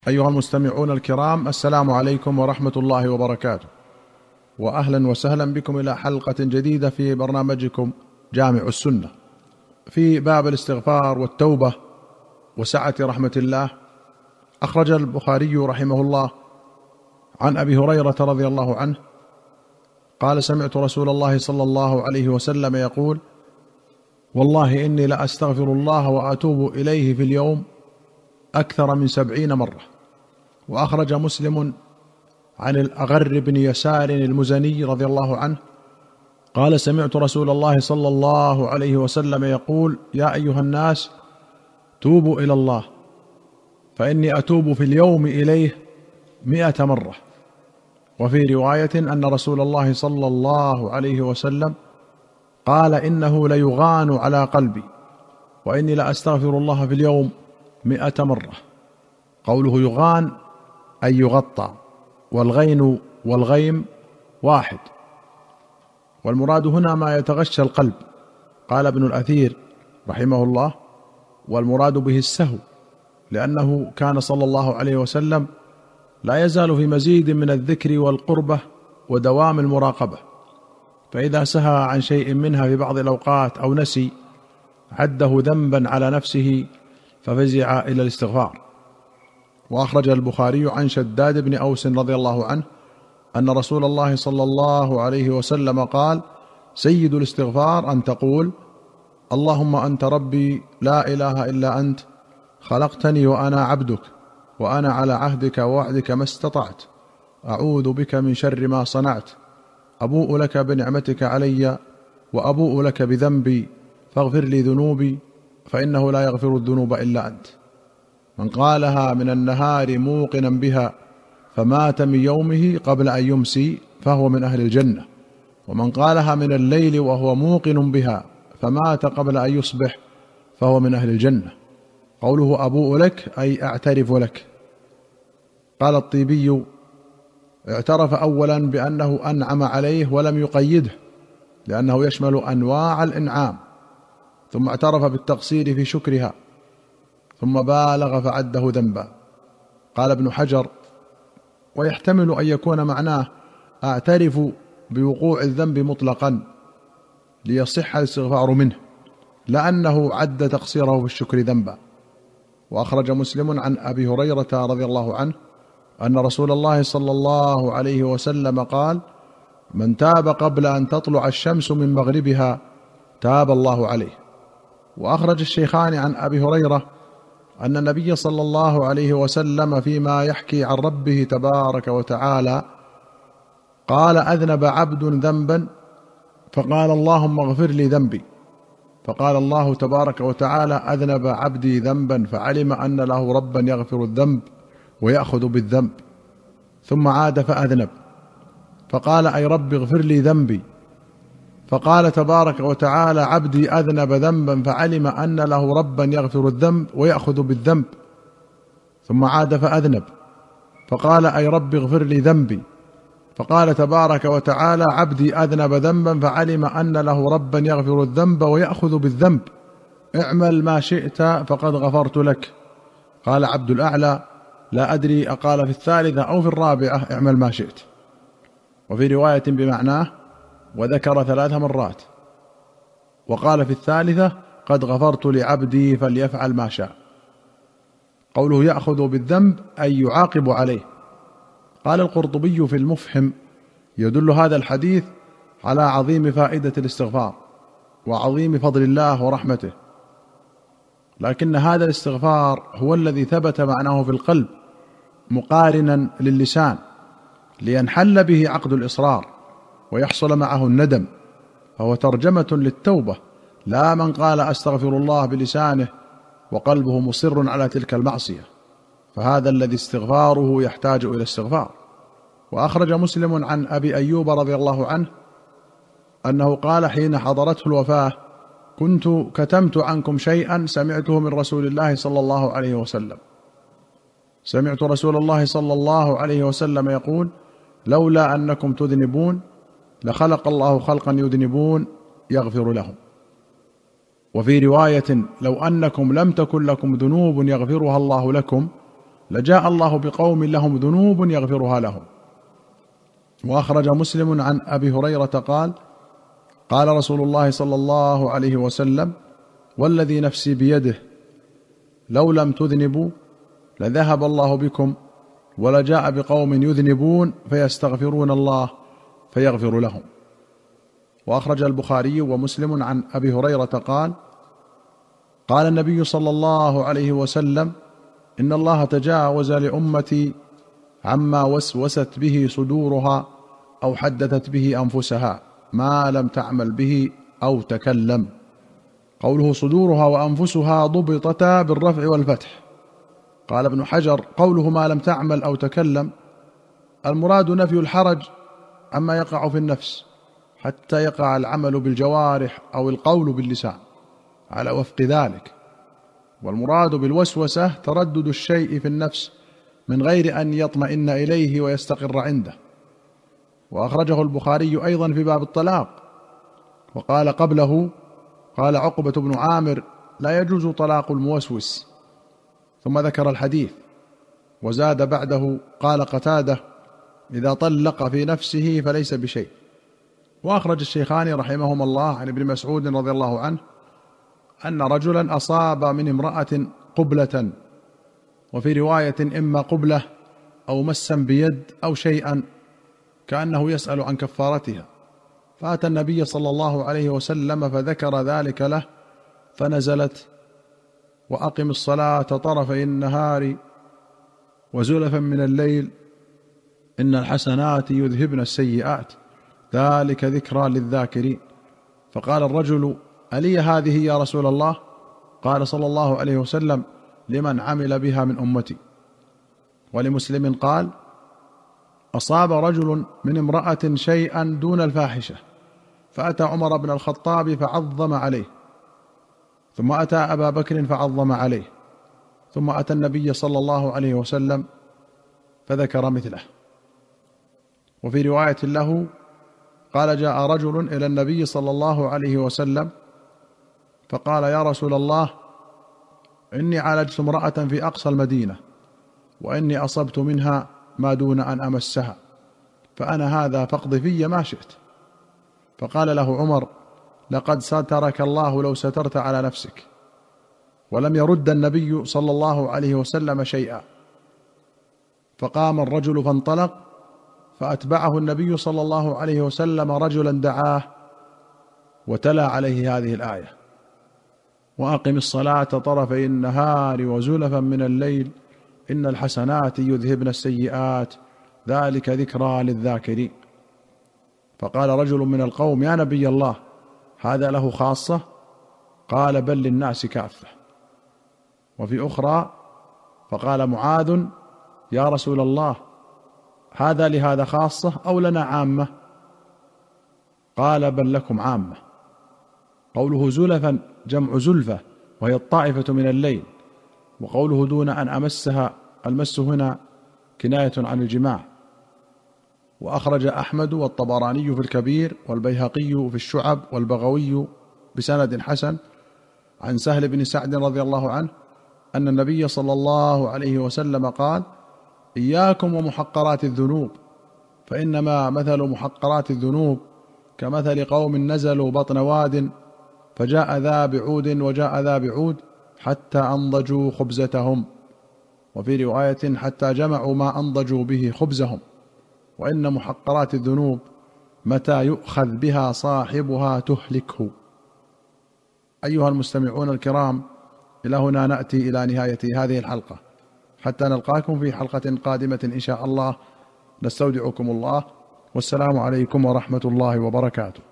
أيها المستمعون الكرام، السلام عليكم ورحمة الله وبركاته، وأهلا وسهلا بكم إلى حلقة جديدة في برنامجكم جامع السنة في باب الاستغفار والتوبة وسعة رحمة الله. أخرج البخاري رحمه الله عن أبي هريرة رضي الله عنه قال: سمعت رسول الله صلى الله عليه وسلم يقول: والله إني لأستغفر الله وأتوب إليه في اليوم أكثر من 70 مرة. وأخرج مسلم عن الأغر بن يسار المزني رضي الله عنه قال: سمعت رسول الله صلى الله عليه وسلم يقول: يا أيها الناس توبوا إلى الله، فإني أتوب في اليوم إليه 100 مرة. وفي رواية أن رسول الله صلى الله عليه وسلم قال: إنه ليغان على قلبي، وإني لأستغفر الله في اليوم 100 مرة. قوله يغان أي يغطى، والغين والغيم واحد، والمراد هنا ما يتغشى القلب. قال ابن الأثير رحمه الله: والمراد به السهو، لأنه كان صلى الله عليه وسلم لا يزال في مزيد من الذكر والقربة ودوام المراقبة، فإذا سهى عن شيء منها في بعض الأوقات أو نسي عده ذنبا على نفسه ففزع إلى الاستغفار. وأخرج البخاري عن شداد بن أوس رضي الله عنه أن رسول الله صلى الله عليه وسلم قال: سيد الاستغفار أن تقول: اللهم أنت ربي لا إله إلا أنت، خلقتني وأنا عبدك، وأنا على عهدك ووعدك ما استطعت، أعوذ بك من شر ما صنعت، أبوء لك بنعمتك علي وأبوء لك بذنبي، فاغفر لي ذنوبي، فإنه لا يغفر الذنوب إلا أنت. من قالها من النهار موقنا بها فمات من يومه قبل أن يمسي فهو من أهل الجنة، ومن قالها من الليل وهو موقن بها فمات قبل أن يصبح فهو من أهل الجنة. قوله أبوء لك أي أعترف لك. قال الطيبي: اعترف أولا بأنه أنعم عليه ولم يقيده، لأنه يشمل أنواع الإنعام، ثم اعترف بالتقصير في شكرها، ثم بالغ فعده ذنبا. قال ابن حجر: ويحتمل أن يكون معناه أعترف بوقوع الذنب مطلقا ليصح الاستغفار منه، لأنه عد تقصيره في الشكر ذنبا. وأخرج مسلم عن أبي هريرة رضي الله عنه أن رسول الله صلى الله عليه وسلم قال: من تاب قبل أن تطلع الشمس من مغربها تاب الله عليه. وأخرج الشيخان عن أبي هريرة أن النبي صلى الله عليه وسلم فيما يحكي عن ربه تبارك وتعالى قال: أذنب عبد ذنبا فقال: اللهم اغفر لي ذنبي، فقال الله تبارك وتعالى: أذنب عبدي ذنبا، فعلم أن له ربا يغفر الذنب ويأخذ بالذنب، ثم عاد فأذنب، فقال: أي رب اغفر لي ذنبي، فقال تبارك وتعالى: عبدي أذنب ذنبا فعلم أن له ربا يغفر الذنب ويأخذ بالذنب، ثم عاد فأذنب، فقال: أي رب اغفر لي ذنبي، فقال تبارك وتعالى: عبدي أذنب ذنبا فعلم أن له ربا يغفر الذنب ويأخذ بالذنب، اعمل ما شئت فقد غفرت لك. قال عبد الأعلى: لا أدري أقال في الثالثة أو في الرابعة اعمل ما شئت. وفي رواية بمعناه وذكر 3 مرات، وقال في الثالثة: قد غفرت لعبدي فليفعل ما شاء. قوله يأخذ بالذنب أي يعاقب عليه. قال القرطبي في المفهم: يدل هذا الحديث على عظيم فائدة الاستغفار وعظيم فضل الله ورحمته، لكن هذا الاستغفار هو الذي ثبت معناه في القلب مقارنا للسان لينحل به عقد الإصرار ويحصل معه الندم، فهو ترجمة للتوبة، لا من قال أستغفر الله بلسانه وقلبه مصر على تلك المعصية، فهذا الذي استغفاره يحتاج إلى استغفار. وأخرج مسلم عن أبي أيوب رضي الله عنه أنه قال حين حضرته الوفاة: كنت كتمت عنكم شيئا سمعته من رسول الله صلى الله عليه وسلم. سمعت رسول الله صلى الله عليه وسلم يقول: لولا أنكم تذنبون لخلق الله خلقا يذنبون يغفر لهم. وفي رواية: لو أنكم لم تكن لكم ذنوب يغفرها الله لكم لجاء الله بقوم لهم ذنوب يغفرها لهم. وأخرج مسلم عن أبي هريرة قال: قال رسول الله صلى الله عليه وسلم: والذي نفسي بيده لو لم تذنبوا لذهب الله بكم ولجاء بقوم يذنبون فيستغفرون الله فيغفر لهم. وأخرج البخاري ومسلم عن أبي هريرة قال: قال النبي صلى الله عليه وسلم: إن الله تجاوز لأمتي عما وسوست به صدورها أو حدثت به أنفسها ما لم تعمل به أو تكلم. قوله صدورها وأنفسها ضبطتا بالرفع والفتح. قال ابن حجر: قوله ما لم تعمل أو تكلم المراد نفي الحرج عما يقع في النفس حتى يقع العمل بالجوارح أو القول باللسان على وفق ذلك، والمراد بالوسوسة تردد الشيء في النفس من غير أن يطمئن إليه ويستقر عنده. وأخرجه البخاري أيضا في باب الطلاق، وقال قبله: قال عقبة بن عامر: لا يجوز طلاق الموسوس، ثم ذكر الحديث، وزاد بعده: قال قتادة: إذا طلق في نفسه فليس بشيء. وأخرج الشيخان رحمهما الله عن ابن مسعود رضي الله عنه أن رجلا أصاب من امرأة قبلة، وفي رواية إما قبلة أو مسا بيد أو شيئا، كأنه يسأل عن كفارتها، فأتى النبي صلى الله عليه وسلم فذكر ذلك له، فنزلت: وأقم الصلاة طرفي النهار وزلفا من الليل إن الحسنات يذهبن السيئات ذلك ذكرى للذاكرين. فقال الرجل: ألي هذه يا رسول الله؟ قال صلى الله عليه وسلم: لمن عمل بها من أمتي. ولمسلم قال: أصاب رجل من امرأة شيئا دون الفاحشة، فأتى عمر بن الخطاب فعظم عليه، ثم أتى أبا بكر فعظم عليه، ثم أتى النبي صلى الله عليه وسلم فذكر مثله. وفي رواية له قال: جاء رجل إلى النبي صلى الله عليه وسلم فقال: يا رسول الله، إني عالجت امرأة في أقصى المدينة، وإني أصبت منها ما دون أن أمسها، فأنا هذا فاقض في ما شئت. فقال له عمر: لقد سترك الله لو سترت على نفسك. ولم يرد النبي صلى الله عليه وسلم شيئا. فقام الرجل فانطلق، فأتبعه النبي صلى الله عليه وسلم رجلا دعاه وتلا عليه هذه الآية: وأقم الصلاة طرفي النهار وزلفا من الليل إن الحسنات يذهبن السيئات ذلك ذكرى للذاكرين. فقال رجل من القوم: يا نبي الله، هذا له خاصة؟ قال: بل للناس كافة. وفي أخرى فقال معاذ: يا رسول الله، هذا لهذا خاصة أو لنا عامة؟ قال: بل لكم عامة. قوله زلفا جمع زلفة، وهي الطائفة من الليل. وقوله دون أن أمسها، المس هنا كناية عن الجماع. وأخرج أحمد والطبراني في الكبير والبيهقي في الشعب والبغوي بسند حسن عن سهل بن سعد رضي الله عنه أن النبي صلى الله عليه وسلم قال: إياكم ومحقرات الذنوب، فإنما مثل محقرات الذنوب كمثل قوم نزلوا بطن واد فجاء ذا بعود وجاء ذا بعود حتى أنضجوا خبزتهم، وفي رواية حتى جمعوا ما أنضجوا به خبزهم. وإن محقرات الذنوب متى يؤخذ بها صاحبها تهلكه. أيها المستمعون الكرام، إلى هنا نأتي إلى نهاية هذه الحلقة، حتى نلقاكم في حلقة قادمة إن شاء الله. نستودعكم الله، والسلام عليكم ورحمة الله وبركاته.